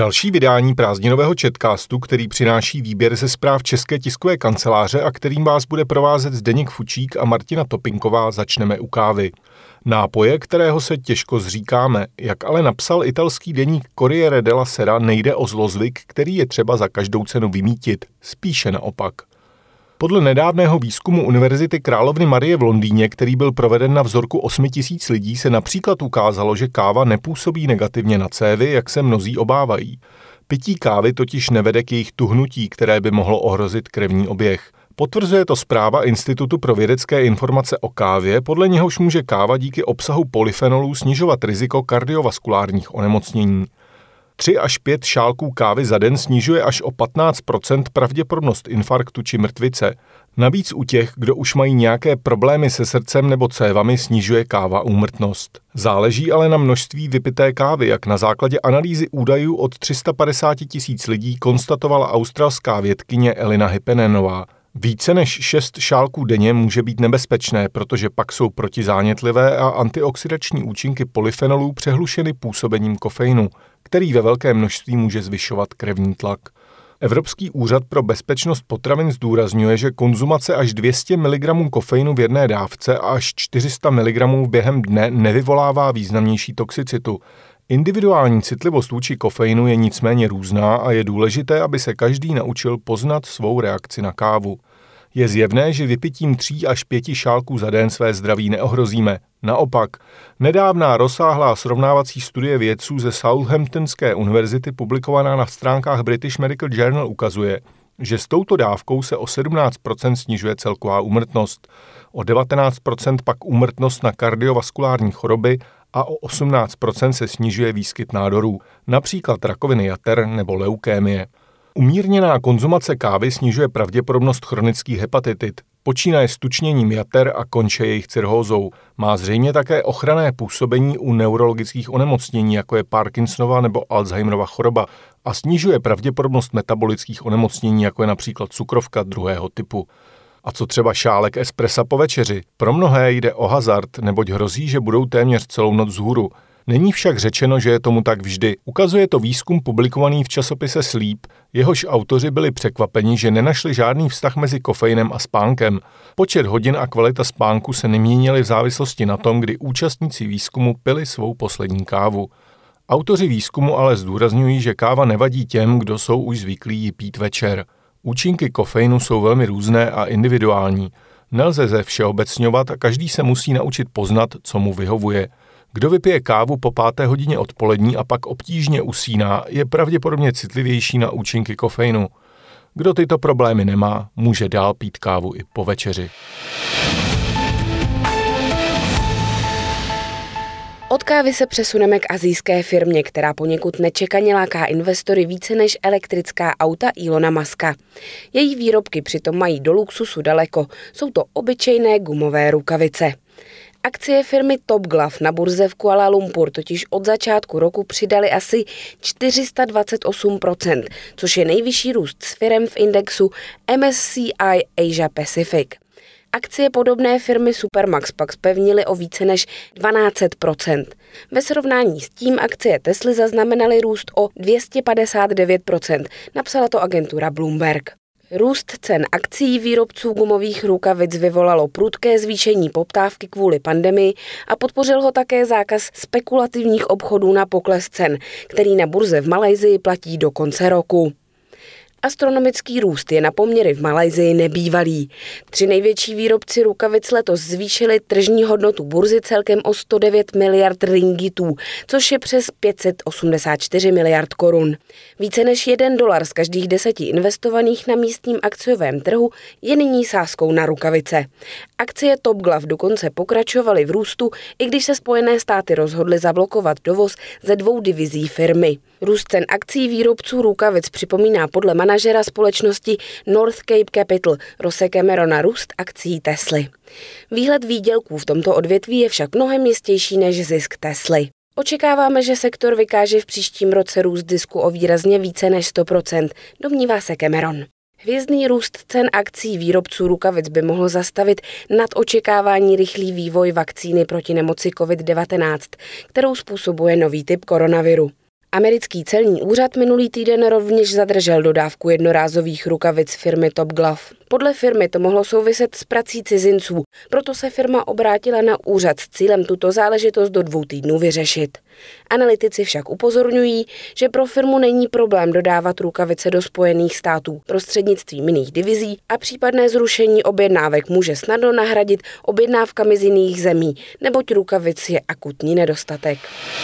Další vydání prázdninového Chatcastu, který přináší výběr ze zpráv České tiskové kanceláře a kterým vás bude provázet Zdeněk Fučík a Martina Topinková, začneme u kávy. Nápoje, kterého se těžko zříkáme, jak ale napsal italský deník Corriere della Sera, nejde o zlozvyk, který je třeba za každou cenu vymítit, spíše naopak. Podle nedávného výzkumu Univerzity královny Marie v Londýně, který byl proveden na vzorku 8 000 lidí, se například ukázalo, že káva nepůsobí negativně na cévy, jak se mnozí obávají. Pití kávy totiž nevede k jejich tuhnutí, které by mohlo ohrozit krevní oběh. Potvrzuje to zpráva Institutu pro vědecké informace o kávě, podle něhož může káva díky obsahu polyfenolů snižovat riziko kardiovaskulárních onemocnění. 3 až 5 šálků kávy za den snižuje až o 15% pravděpodobnost infarktu či mrtvice. Navíc u těch, kdo už mají nějaké problémy se srdcem nebo cévami, snižuje káva úmrtnost. Záleží ale na množství vypité kávy, jak na základě analýzy údajů od 350 000 lidí konstatovala australská vědkyně Elina Hypenenová. Více než 6 šálků denně může být nebezpečné, protože pak jsou protizánětlivé a antioxidační účinky polyfenolů přehlušeny působením kofeinu, který ve velké množství může zvyšovat krevní tlak. Evropský úřad pro bezpečnost potravin zdůrazňuje, že konzumace až 200 mg kofeinu v jedné dávce a až 400 mg během dne nevyvolává významnější toxicitu. Individuální citlivost vůči kofeinu je nicméně různá a je důležité, aby se každý naučil poznat svou reakci na kávu. Je zjevné, že vypitím 3 až 5 šálků za den své zdraví neohrozíme. Naopak, nedávná rozsáhlá srovnávací studie vědců ze Southamptonské univerzity publikovaná na stránkách British Medical Journal ukazuje, že s touto dávkou se o 17% snižuje celková úmrtnost, o 19% pak úmrtnost na kardiovaskulární choroby a o 18% se snižuje výskyt nádorů, například rakoviny jater nebo leukémie. Umírněná konzumace kávy snižuje pravděpodobnost chronických hepatitit, počínaje s tučněním jater a konče jejich cirhózou. Má zřejmě také ochranné působení u neurologických onemocnění, jako je Parkinsonova nebo Alzheimerova choroba, a snižuje pravděpodobnost metabolických onemocnění, jako je například cukrovka 2. typu. A co třeba šálek espressa po večeři? Pro mnohé jde o hazard, neboť hrozí, že budou téměř celou noc vzhůru. Není však řečeno, že je tomu tak vždy. Ukazuje to výzkum publikovaný v časopise Sleep, jehož autoři byli překvapeni, že nenašli žádný vztah mezi kofeinem a spánkem. Počet hodin a kvalita spánku se neměnily v závislosti na tom, kdy účastníci výzkumu pili svou poslední kávu. Autoři výzkumu ale zdůrazňují, že káva nevadí těm, kdo jsou už zvyklí ji pít večer. Účinky kofeinu jsou velmi různé a individuální. Nelze ze všeobecňovat a každý se musí naučit poznat, co mu vyhovuje. Kdo vypije kávu po 5. hodině odpolední a pak obtížně usíná, je pravděpodobně citlivější na účinky kofeinu. Kdo tyto problémy nemá, může dál pít kávu i po večeři. Od kávy se přesuneme k asijské firmě, která poněkud nečekaně láká investory více než elektrická auta Elona Muska. Její výrobky přitom mají do luxusu daleko, jsou to obyčejné gumové rukavice. Akcie firmy Top Glove na burze v Kuala Lumpur totiž od začátku roku přidaly asi 428%, což je nejvyšší růst s firem v indexu MSCI Asia Pacific. Akcie podobné firmy Supermax pak zpevnily o více než 12%. Ve srovnání s tím akcie Tesly zaznamenaly růst o 259%, napsala to agentura Bloomberg. Růst cen akcií výrobců gumových rukavic vyvolalo prudké zvýšení poptávky kvůli pandemii a podpořil ho také zákaz spekulativních obchodů na pokles cen, který na burze v Malajsii platí do konce roku. Astronomický růst je na poměry v Malajsii nebývalý. 3 největší výrobci rukavic letos zvýšili tržní hodnotu burzy celkem o 109 miliard ringgitů, což je přes 584 miliard korun. Více než $1 z každých 10 investovaných na místním akciovém trhu je nyní sázkou na rukavice. Akcie Top Glove dokonce pokračovaly v růstu, i když se Spojené státy rozhodly zablokovat dovoz ze 2 divizí firmy. Růst cen akcií výrobců rukavic připomíná podle manažera společnosti North Cape Capital Rosse Camerona růst akcií Tesly. Výhled výdělků v tomto odvětví je však mnohem jistější než zisk Tesly. Očekáváme, že sektor vykáže v příštím roce růst zisku o výrazně více než 100%, domnívá se Cameron. Hvězdný růst cen akcií výrobců rukavic by mohl zastavit nad očekávání rychlý vývoj vakcíny proti nemoci COVID-19, kterou způsobuje nový typ koronaviru. Americký celní úřad minulý týden rovněž zadržel dodávku jednorázových rukavic firmy Top Glove. Podle firmy to mohlo souviset s prací cizinců, proto se firma obrátila na úřad s cílem tuto záležitost do 2 týdnů vyřešit. Analytici však upozorňují, že pro firmu není problém dodávat rukavice do Spojených států prostřednictvím jiných divizí a případné zrušení objednávek může snadno nahradit objednávkami z jiných zemí, neboť rukavic je akutní nedostatek.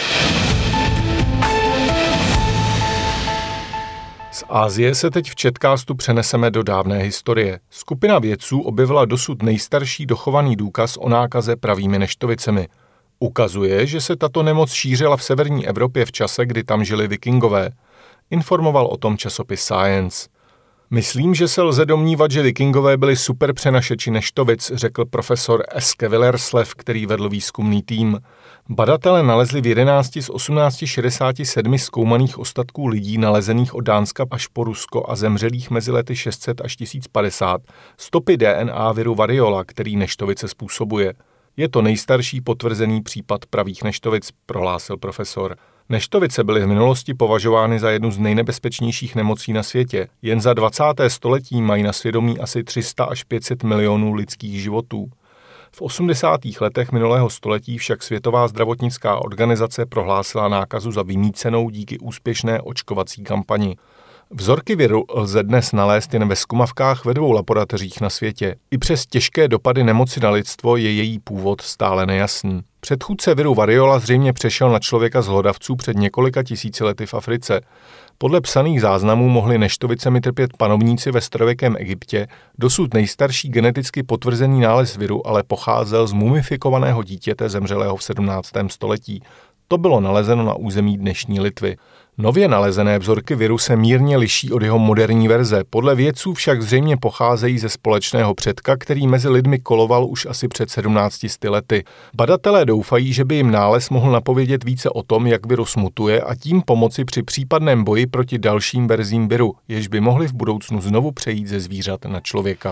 Z Asie se teď v Chatcastu přeneseme do dávné historie. Skupina vědců objevila dosud nejstarší dochovaný důkaz o nákaze pravými neštovicemi. Ukazuje, že se tato nemoc šířila v severní Evropě v čase, kdy tam žili vikingové. Informoval o tom časopis Science. Myslím, že se lze domnívat, že vikingové byli super přenašeči neštovic, řekl profesor Eske Villerslev, který vedl výzkumný tým. Badatelé nalezli v 11 z 1867 zkoumaných ostatků lidí nalezených od Dánska až po Rusko a zemřelých mezi lety 600 až 1050 stopy DNA viru variola, který neštovice způsobuje. Je to nejstarší potvrzený případ pravých neštovic, prohlásil profesor. Neštovice byly v minulosti považovány za jednu z nejnebezpečnějších nemocí na světě. Jen za 20. století mají na svědomí asi 300 až 500 milionů lidských životů. V 80. letech minulého století však Světová zdravotnická organizace prohlásila nákazu za vymýcenou díky úspěšné očkovací kampani. Vzorky viru lze dnes nalézt jen ve zkumavkách ve 2 laboratořích na světě. I přes těžké dopady nemoci na lidstvo je její původ stále nejasný. Předchůdce viru variola zřejmě přešel na člověka z hlodavců před několika tisíci lety v Africe. Podle psaných záznamů mohli neštovicemi trpět panovníci ve starověkém Egyptě, dosud nejstarší geneticky potvrzený nález viru ale pocházel z mumifikovaného dítěte zemřelého v 17. století. To bylo nalezeno na území dnešní Litvy. Nově nalezené vzorky viru se mírně liší od jeho moderní verze, podle vědců však zřejmě pocházejí ze společného předka, který mezi lidmi koloval už asi před 17 lety. Badatelé doufají, že by jim nález mohl napovědět více o tom, jak virus mutuje a tím pomoci při případném boji proti dalším verzím viru, jež by mohly v budoucnu znovu přejít ze zvířat na člověka.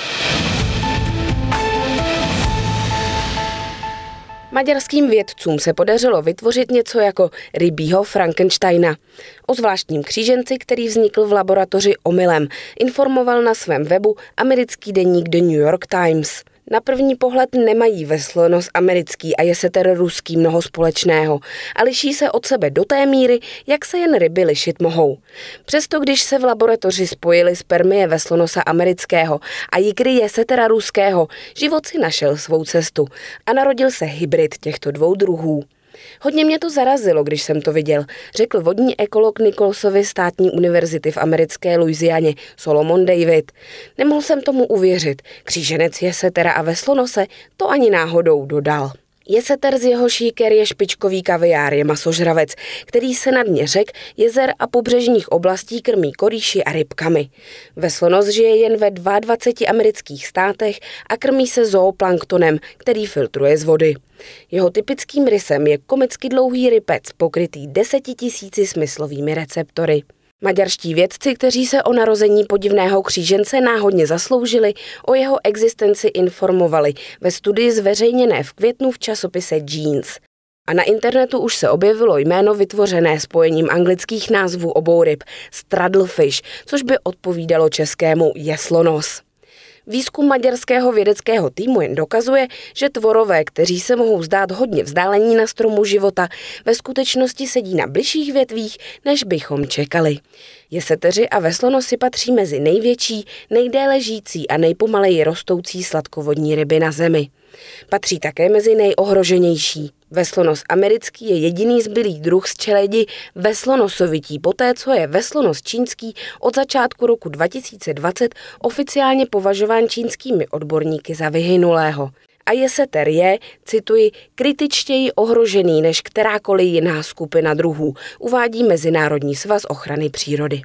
Maďarským vědcům se podařilo vytvořit něco jako rybího Frankensteina. O zvláštním kříženci, který vznikl v laboratoři omylem, informoval na svém webu americký deník The New York Times. Na první pohled nemají veslonos americký a jeseter ruský mnoho společného a liší se od sebe do té míry, jak se jen ryby lišit mohou. Přesto když se v laboratoři spojily spermie veslonosa amerického a jikry jesetera ruského, život si našel svou cestu a narodil se hybrid těchto 2 druhů. Hodně mě to zarazilo, když jsem to viděl, řekl vodní ekolog Nicholsovy státní univerzity v americké Louisianě Solomon David. Nemohl jsem tomu uvěřit. Kříženec jesetera a veslonose to ani náhodou, dodal. Jeseter z jeho šíker je špičkový kaviár, je masožravec, který se na dně řek, jezer a pobřežních oblastí krmí korýši a rybkami. Veslonos žije jen ve 22 amerických státech a krmí se zooplanktonem, který filtruje z vody. Jeho typickým rysem je komicky dlouhý rypec, pokrytý 10 000 smyslovými receptory. Maďarští vědci, kteří se o narození podivného křížence náhodně zasloužili, o jeho existenci informovali ve studii zveřejněné v květnu v časopise Genes. A na internetu už se objevilo jméno vytvořené spojením anglických názvů obou ryb Straddlefish, což by odpovídalo českému jeslonos. Výzkum maďarského vědeckého týmu jen dokazuje, že tvorové, kteří se mohou zdát hodně vzdálení na stromu života, ve skutečnosti sedí na bližších větvích, než bychom čekali. Jeseteři a veslonosy patří mezi největší, nejdéle žijící a nejpomaleji rostoucí sladkovodní ryby na Zemi. Patří také mezi nejohroženější. Veslonos americký je jediný zbylý druh z čeledi veslonosovití, poté co je veslonos čínský od začátku roku 2020 oficiálně považován čínskými odborníky za vyhynulého. A jeseter je, cituji, kritičtěji ohrožený než kterákoliv jiná skupina druhů, uvádí Mezinárodní svaz ochrany přírody.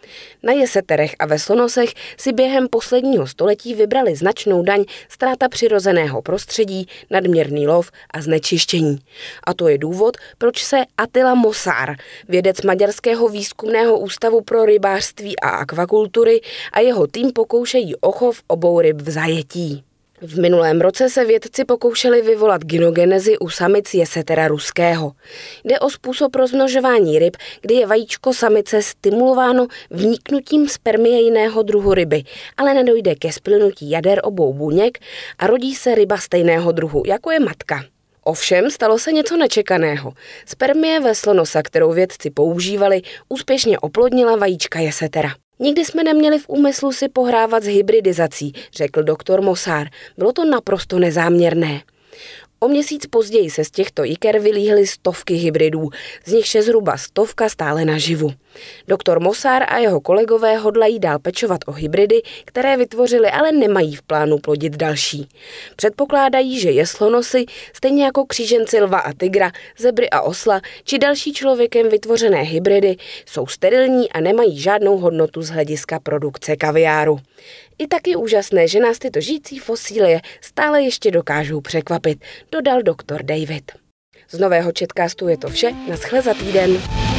Na jeseterech a veslonosech si během posledního století vybrali značnou daň ztráta přirozeného prostředí, nadměrný lov a znečištění. A to je důvod, proč se Attila Mosár, vědec Maďarského výzkumného ústavu pro rybářství a akvakultury, a jeho tým pokoušejí o chov obou ryb v zajetí. V minulém roce se vědci pokoušeli vyvolat gynogenezi u samic jesetera ruského. Jde o způsob rozmnožování ryb, kdy je vajíčko samice stimulováno vniknutím spermie jiného druhu ryby, ale nedojde ke splynutí jader obou buněk a rodí se ryba stejného druhu, jako je matka. Ovšem stalo se něco nečekaného. Spermie veslonosa, kterou vědci používali, úspěšně oplodnila vajíčka jesetera. Nikdy jsme neměli v úmyslu si pohrávat s hybridizací, řekl doktor Mossar. Bylo to naprosto nezáměrné. O měsíc později se z těchto jiker vylíhly stovky hybridů, z nichž je zhruba 100 stále naživu. Doktor Mossar a jeho kolegové hodlají dál pečovat o hybridy, které vytvořili, ale nemají v plánu plodit další. Předpokládají, že jeslonosy, stejně jako kříženci lva a tygra, zebry a osla, či další člověkem vytvořené hybridy, jsou sterilní a nemají žádnou hodnotu z hlediska produkce kaviáru. I taky úžasné, že nás tyto žijící fosílie stále ještě dokážou překvapit, dodal doktor David. Z nového Četcastu je to vše, naschle za týden.